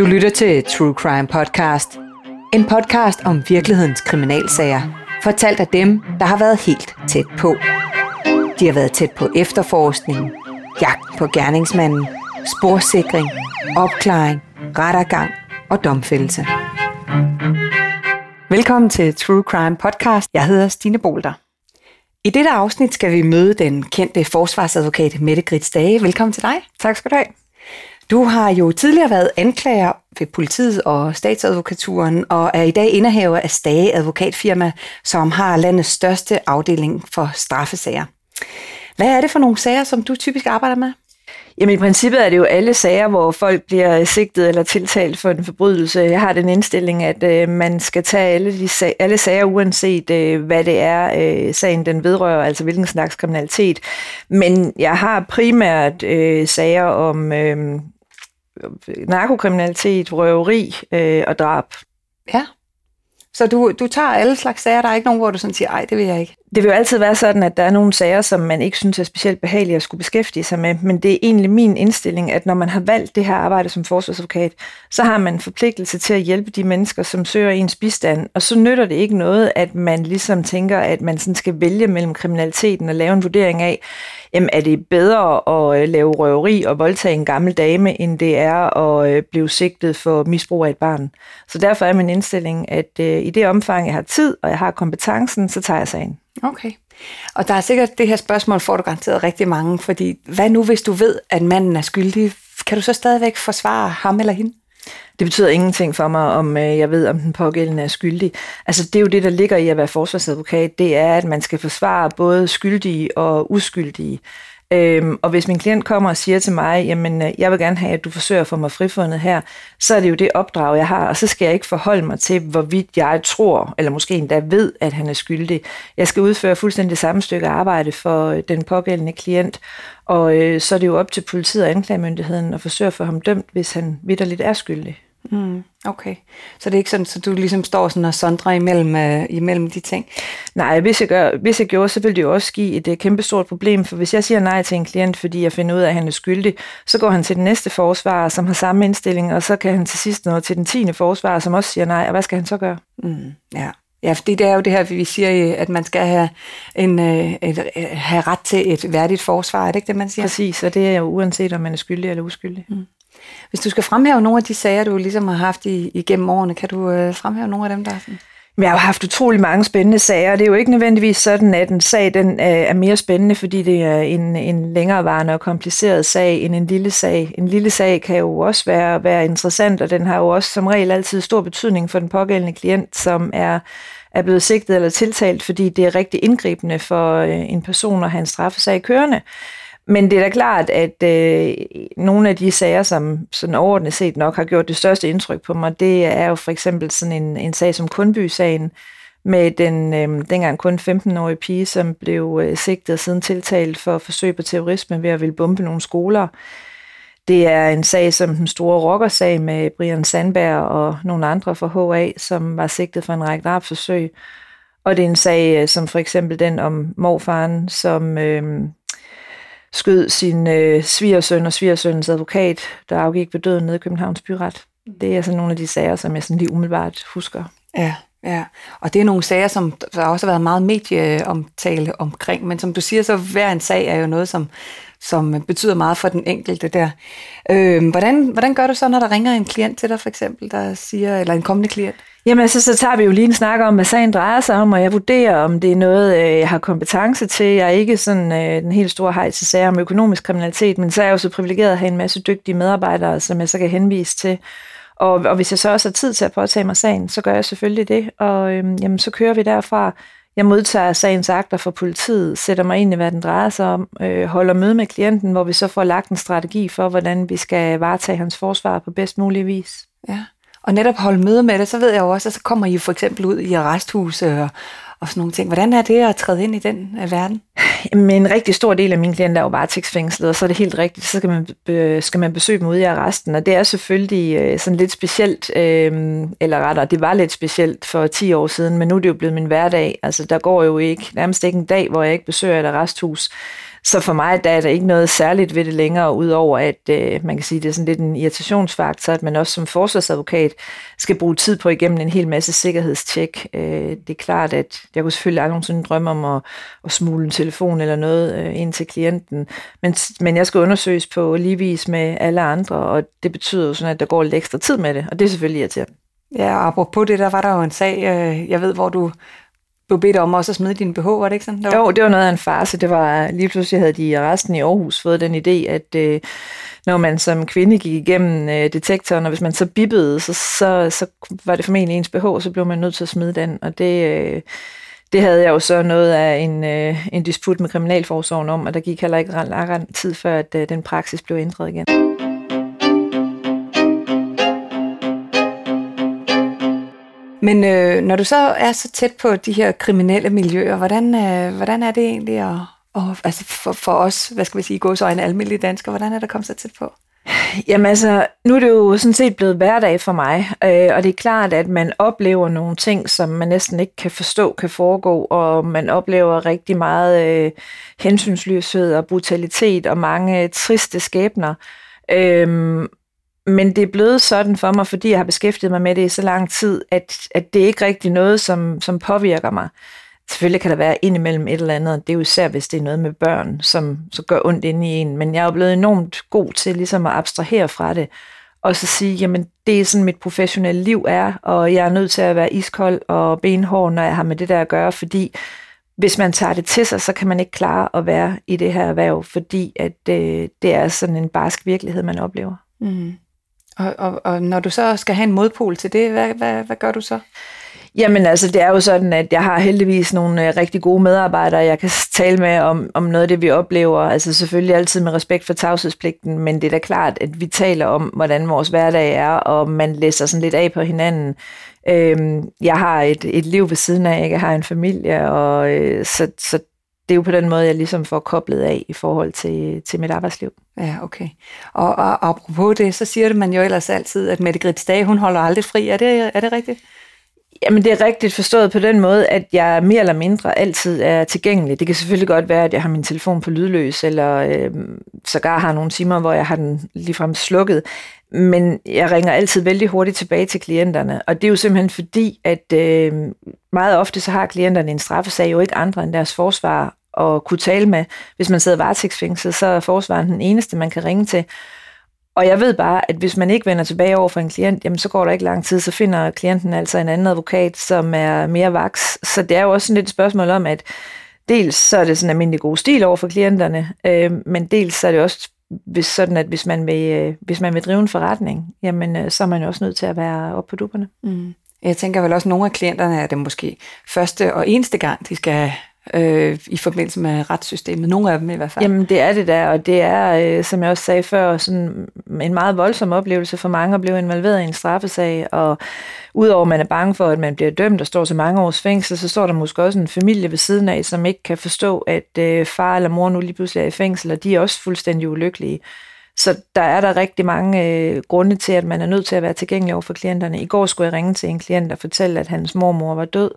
Du lytter til True Crime Podcast. En podcast om virkelighedens kriminalsager. Fortalt af dem, der har været helt tæt på. De har været tæt på efterforskning, jagt på gerningsmanden, sporsikring, opklaring, rettergang og domfældelse. Velkommen til True Crime Podcast. Jeg hedder Stine Bolter. I dette afsnit skal vi møde den kendte forsvarsadvokat Mette Grits Dage. Velkommen til dig. Tak skal du have. Du har jo tidligere været anklager ved politiet og statsadvokaturen, og er i dag indehaver af Stage Advokatfirma, som har landets største afdeling for straffesager. Hvad er det for nogle sager, som du typisk arbejder med? Jamen i princippet er det jo alle sager, hvor folk bliver sigtet eller tiltalt for en forbrydelse. Jeg har den indstilling, at man skal tage alle sager, uanset hvad det er, sagen den vedrører, altså hvilken slags kriminalitet. Men jeg har primært sager om narkokriminalitet, røveri og drab. Ja. Så du tager alle slags sager, der er ikke nogen, hvor du sådan siger, ej, det vil jeg ikke. Det vil jo altid være sådan, at der er nogle sager, som man ikke synes er specielt behagelige at skulle beskæftige sig med, men det er egentlig min indstilling, at når man har valgt det her arbejde som forsvarsadvokat, så har man en forpligtelse til at hjælpe de mennesker, som søger ens bistand, og så nytter det ikke noget, at man ligesom tænker, at man sådan skal vælge mellem kriminaliteten og lave en vurdering af, jamen er det bedre at lave røveri og voldtage en gammel dame, end det er at blive sigtet for misbrug af et barn. Så derfor er min indstilling, at i det omfang, jeg har tid, og jeg har kompetencen, så tager jeg sagen. Okay. Og der er sikkert det her spørgsmål, får du garanteret rigtig mange, fordi hvad nu, hvis du ved, at manden er skyldig? Kan du så stadigvæk forsvare ham eller hende? Det betyder ingenting for mig, om jeg ved, om den pågældende er skyldig. Altså det er jo det, der ligger i at være forsvarsadvokat, det er, at man skal forsvare både skyldige og uskyldige. Og hvis min klient kommer og siger til mig, jamen jeg vil gerne have, at du forsøger at få mig frifundet her, så er det jo det opdrag, jeg har, og så skal jeg ikke forholde mig til, hvorvidt jeg tror, eller måske endda ved, at han er skyldig. Jeg skal udføre fuldstændig det samme stykke arbejde for den pågældende klient, og så er det jo op til politiet og anklagemyndigheden at forsøge at få ham dømt, hvis han vitterligt er skyldig. Okay. Så det er ikke sådan, at du ligesom står sådan og sondrer imellem de ting? Nej, hvis jeg gjorde, så ville det jo også give et kæmpestort problem, for hvis jeg siger nej til en klient, fordi jeg finder ud af, at han er skyldig, så går han til den næste forsvarer, som har samme indstilling, og så kan han til sidst nå til den 10. forsvarer, som også siger nej, og hvad skal han så gøre? Ja, fordi det er jo det her, vi siger, at man skal have ret til et værdigt forsvar, er det ikke det, man siger? Præcis, og det er jo uanset, om man er skyldig eller uskyldig. Hvis du skal fremhæve nogle af de sager, du ligesom har haft igennem årene, kan du fremhæve nogle af dem, der er sådan? Jeg har jo haft utrolig mange spændende sager, og det er jo ikke nødvendigvis sådan, at en sag den er mere spændende, fordi det er en længerevarende og kompliceret sag end en lille sag. En lille sag kan jo også være interessant, og den har jo også som regel altid stor betydning for den pågældende klient, som er blevet sigtet eller tiltalt, fordi det er rigtig indgribende for en person at have en straffesag kørende. Men det er da klart, at nogle af de sager, som sådan overordnet set nok har gjort det største indtryk på mig, det er jo for eksempel sådan en sag som Kundby-sagen med den dengang kun 15-årige pige, som blev sigtet og siden tiltalt for forsøg på terrorisme ved at ville bombe nogle skoler. Det er en sag som den store rockersag med Brian Sandberg og nogle andre fra HA, som var sigtet for en række drabsforsøg. Og det er en sag som for eksempel den om morfaren, som skød sin svigersøn og svigersønnens advokat, der afgik ved døden nede i Københavns Byret. Det er sådan nogle af de sager, som jeg sådan lige umiddelbart husker. Ja. Og det er nogle sager, som der også har været meget medieomtale omkring, men som du siger, så hver en sag er jo noget, som betyder meget for den enkelte der. Hvordan gør du så, når der ringer en klient til dig, for eksempel, der siger, eller en kommende klient? Jamen så tager vi jo lige en snak om, hvad sagen drejer sig om, og jeg vurderer, om det er noget, jeg har kompetence til. Jeg er ikke sådan den helt store hej til sager om økonomisk kriminalitet, men så er jeg jo så privilegeret at have en masse dygtige medarbejdere, som jeg så kan henvise til. Og hvis jeg så også har tid til at påtage mig sagen, så gør jeg selvfølgelig det, og jamen, så kører vi derfra. Jeg modtager sagens akter fra politiet, sætter mig ind i, hvad den drejer sig om, holder møde med klienten, hvor vi så får lagt en strategi for, hvordan vi skal varetage hans forsvar på bedst mulig vis. Ja. Og netop holde møde med det, så ved jeg jo også, at så kommer I for eksempel ud i arresthuse og sådan nogle ting. Hvordan er det at træde ind i den verden? Men en rigtig stor del af mine klienter er jo varetægtsfængslet, og så er det helt rigtigt, så skal man besøge dem ude i arresten, og det er selvfølgelig sådan lidt specielt, eller rettere, det var lidt specielt for 10 år siden, men nu er det jo blevet min hverdag. Altså der går jo nærmest ikke en dag, hvor jeg ikke besøger et arresthus. Så for mig, der er der ikke noget særligt ved det længere, udover at man kan sige, det er sådan lidt en irritationsfaktor, at man også som forsvarsadvokat skal bruge tid på igennem en hel masse sikkerhedstjek. Det er klart, at jeg kunne selvfølgelig aldrig nogensinde drømme om at smule en telefon eller noget ind til klienten, men jeg skal undersøges på ligevis med alle andre, og det betyder jo sådan, at der går lidt ekstra tid med det, og det er selvfølgelig irriterende. Ja, og apropos det, der var der jo en sag, jeg ved, hvor du blev bedt om også at smide din BH, var det ikke sådan? Jo, det var noget af en farce. Det var lige pludselig, havde de i arresten i Aarhus fået den idé, at når man som kvinde gik igennem detektoren, og hvis man så bippede, så var det formentlig ens BH, så blev man nødt til at smide den, og det havde jeg jo så noget af en disput med Kriminalforsorgen om, og der gik heller ikke ret tid før, at den praksis blev ændret igen. Men når du så er så tæt på de her kriminelle miljøer, hvordan er det egentlig altså for os, hvad skal vi sige, gåseøjne almindelige danskere, hvordan er det kommet så tæt på? Jamen altså, nu er det jo sådan set blevet hverdag for mig, og det er klart, at man oplever nogle ting, som man næsten ikke kan forstå kan foregå, og man oplever rigtig meget hensynsløshed og brutalitet og mange triste skæbner. Men det er blevet sådan for mig, fordi jeg har beskæftiget mig med det i så lang tid, at det er ikke rigtig noget, som påvirker mig. Selvfølgelig kan der være indimellem et eller andet, det er jo især, hvis det er noget med børn, som så gør ondt inde i en. Men jeg er jo blevet enormt god til ligesom at abstrahere fra det, og så sige, jamen det er sådan mit professionelle liv er, og jeg er nødt til at være iskold og benhård, når jeg har med det der at gøre, fordi hvis man tager det til sig, så kan man ikke klare at være i det her erhverv, fordi at det er sådan en barsk virkelighed, man oplever. Mm. Og når du så skal have en modpol til det, hvad gør du så? Jamen altså, det er jo sådan, at jeg har heldigvis nogle rigtig gode medarbejdere, jeg kan tale med om noget af det, vi oplever. Altså selvfølgelig altid med respekt for tavshedspligten, men det er da klart, at vi taler om, hvordan vores hverdag er, og man læser sådan lidt af på hinanden. Jeg har et liv ved siden af, jeg har en familie, og så det er jo på den måde, jeg ligesom får koblet af i forhold til mit arbejdsliv. Ja, okay. Og apropos det, så siger det man jo ellers altid, at Mette Grits Dage, hun holder aldrig fri. Er det rigtigt? Jamen, det er rigtigt forstået på den måde, at jeg mere eller mindre altid er tilgængelig. Det kan selvfølgelig godt være, at jeg har min telefon på lydløs, eller sågar har nogle timer, hvor jeg har den ligefrem slukket. Men jeg ringer altid vældig hurtigt tilbage til klienterne, og det er jo simpelthen fordi, at meget ofte så har klienterne en straffesag jo ikke andre end deres forsvar at kunne tale med. Hvis man sidder varetægtsfængslet, så er forsvaren den eneste, man kan ringe til. Og jeg ved bare, at hvis man ikke vender tilbage over for en klient, jamen så går der ikke lang tid, så finder klienten altså en anden advokat, som er mere vaks. Så det er jo også sådan lidt et spørgsmål om, at dels så er det sådan en almindelig god stil over for klienterne, men dels så er det også sådan, at hvis man vil drive en forretning, jamen så er man jo også nødt til at være oppe på dupperne. Mm. Jeg tænker vel også, at nogle af klienterne er det måske første og eneste gang, de skal i forbindelse med retssystemet. Nogle af dem i hvert fald. Jamen det er det der, og det er, som jeg også sagde før, sådan en meget voldsom oplevelse for mange at blive involveret i en straffesag, og udover at man er bange for, at man bliver dømt og står til mange års fængsel, så står der måske også en familie ved siden af, som ikke kan forstå, at far eller mor nu lige pludselig er i fængsel, og de er også fuldstændig ulykkelige. Så der er der rigtig mange grunde til, at man er nødt til at være tilgængelig over for klienterne. I går skulle jeg ringe til en klient og fortælle, at hans mormor var død,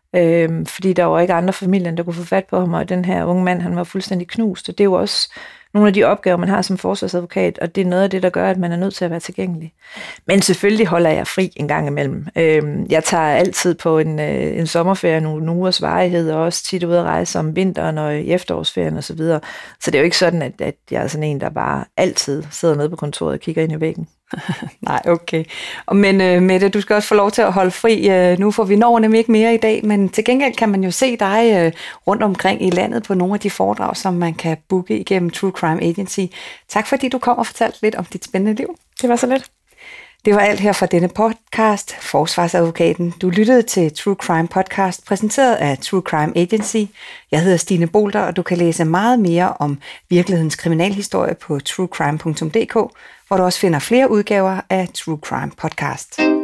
fordi der var ikke andre familier, der kunne få fat på ham, og den her unge mand, han var fuldstændig knust, og det er jo også nogle af de opgaver, man har som forsvarsadvokat, og det er noget af det, der gør, at man er nødt til at være tilgængelig. Men selvfølgelig holder jeg fri en gang imellem. Jeg tager altid på en sommerferie, nogle ugers varighed, og også tit ud at rejse om vinteren og i efterårsferien osv. Så det er jo ikke sådan, at jeg er sådan en, der bare altid sidder nede på kontoret og kigger ind i væggen. Nej, okay. Men Mette, du skal også få lov til at holde fri. Nu får vi når nemlig ikke mere i dag, men til gengæld kan man jo se dig rundt omkring i landet på nogle af de foredrag, som man kan booke igennem True Crime Agency. Tak fordi du kom og fortalte lidt om dit spændende liv. Det var så lidt. Det var alt her fra denne podcast, Forsvarsadvokaten. Du lyttede til True Crime Podcast, præsenteret af True Crime Agency. Jeg hedder Stine Bolter, og du kan læse meget mere om virkelighedens kriminalhistorie på truecrime.dk, hvor du også finder flere udgaver af True Crime Podcast.